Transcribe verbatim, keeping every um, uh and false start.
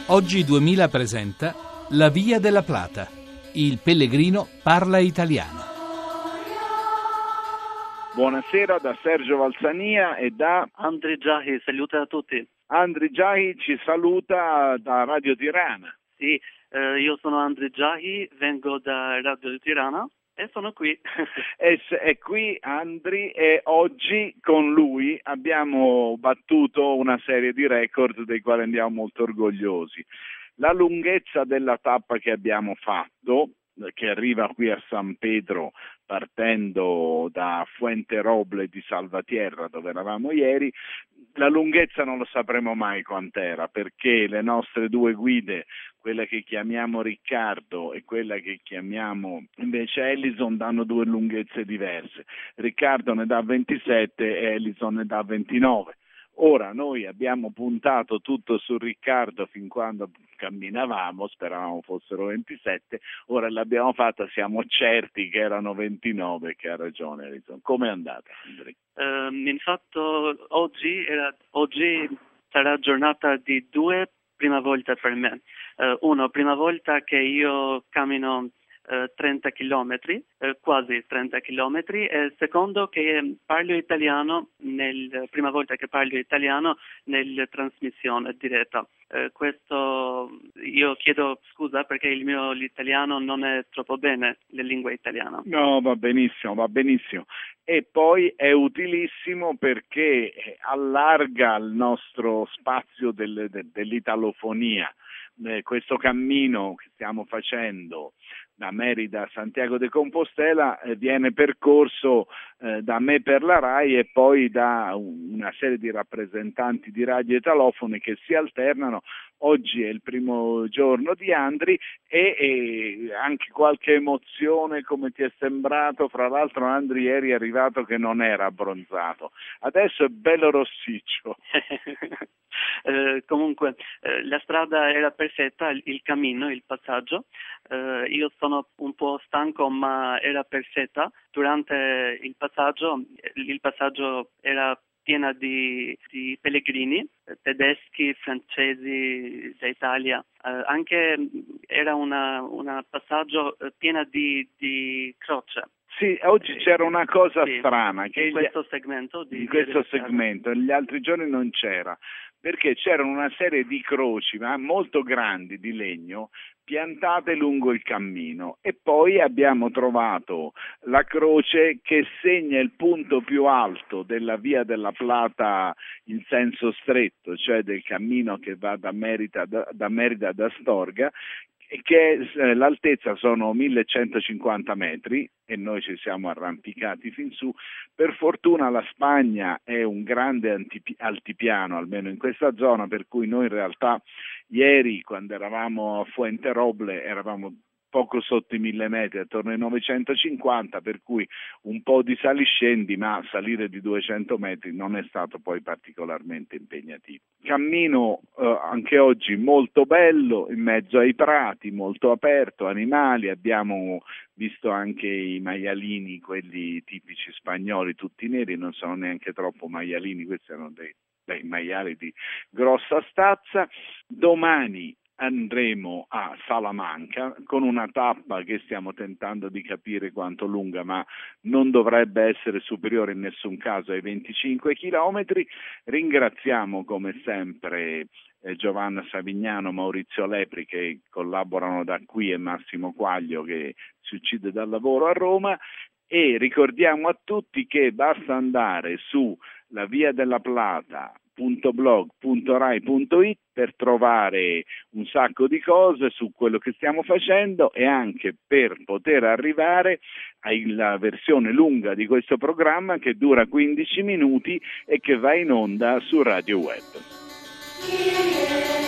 Oggi duemila presenta La Via della Plata. Il pellegrino parla italiano. Buonasera da Sergio Valsania e da Andri Giahi, saluta a tutti. Andri Giahi ci saluta da Radio Tirana. Sì, eh, io sono Andri Giahi, vengo da Radio Tirana e sono qui. È, è qui Andri e oggi con lui abbiamo battuto una serie di record dei quali andiamo molto orgogliosi. La lunghezza della tappa che abbiamo fatto, che arriva qui a San Pedro partendo da Fuenteroble di Salvatierra dove eravamo ieri, la lunghezza non lo sapremo mai quant'era, perché le nostre due guide, quella che chiamiamo Riccardo e quella che chiamiamo invece Ellison, danno due lunghezze diverse. Riccardo ne dà ventisette e Ellison ne dà ventinove. Ora noi abbiamo puntato tutto su Riccardo fin quando camminavamo, speravamo fossero ventisette, ora l'abbiamo fatta, siamo certi che erano ventinove, che ha ragione Ellison. Come è andata, Andri? Um, infatti oggi, era, oggi sarà giornata di due prima volta per me. Uh, uno, prima volta che io cammino Uh, trenta chilometri, uh, quasi trenta chilometri, e secondo che parlo italiano, nel, prima volta che parlo italiano nella trasmissione diretta. Uh, questo io chiedo scusa perché il mio l'italiano non è troppo bene, la lingua italiana. No, va benissimo, va benissimo. E poi è utilissimo perché allarga il nostro spazio del, de, dell'italofonia. Eh, questo cammino che stiamo facendo da Merida a Santiago de Compostela eh, viene percorso eh, da me per la RAI e poi da una serie di rappresentanti di radio e talofoni che si alternano. Oggi è il primo giorno di Andri e, e anche qualche emozione, come ti è sembrato. Fra l'altro Andri ieri è arrivato che non era abbronzato, adesso è bello rossiccio. Eh, comunque eh, la strada era perfetta, il, il cammino, il passaggio. Eh, io sono un po' stanco, ma era perfetta. Durante il passaggio, il passaggio era piena di, di pellegrini tedeschi, francesi, d'Italia. Eh, anche era una, una passaggio piena di, di croce. Sì, oggi c'era una cosa sì, strana che in questo segmento, di, in questo di segmento, gli altri giorni non c'era, perché c'erano una serie di croci, ma molto grandi, di legno, piantate lungo il cammino, e poi abbiamo trovato la croce che segna il punto più alto della Via della Plata in senso stretto, cioè del cammino che va da Merida, da, da Merida ad Astorga, che eh, l'altezza sono millecentocinquanta metri e noi ci siamo arrampicati fin su. Per fortuna la Spagna è un grande antipi- altipiano, almeno in questa zona, per cui noi in realtà ieri quando eravamo a Fuenteroble eravamo poco sotto i mille metri, attorno ai novecentocinquanta, per cui un po' di saliscendi, ma salire di duecento metri non è stato poi particolarmente impegnativo. Cammino eh, anche oggi molto bello, in mezzo ai prati, molto aperto, animali, abbiamo visto anche i maialini, quelli tipici spagnoli, tutti neri, non sono neanche troppo maialini, questi erano dei, dei maiali di grossa stazza. Domani andremo a Salamanca con una tappa che stiamo tentando di capire quanto lunga, ma non dovrebbe essere superiore in nessun caso ai venticinque chilometri. Ringraziamo come sempre eh, Giovanna Savignano, Maurizio Lepri che collaborano da qui e Massimo Quaglio che si uccide dal lavoro a Roma, e ricordiamo a tutti che basta andare su la via della plata punto blog punto rai punto it per trovare un sacco di cose su quello che stiamo facendo e anche per poter arrivare alla versione lunga di questo programma che dura quindici minuti e che va in onda su Radio Web.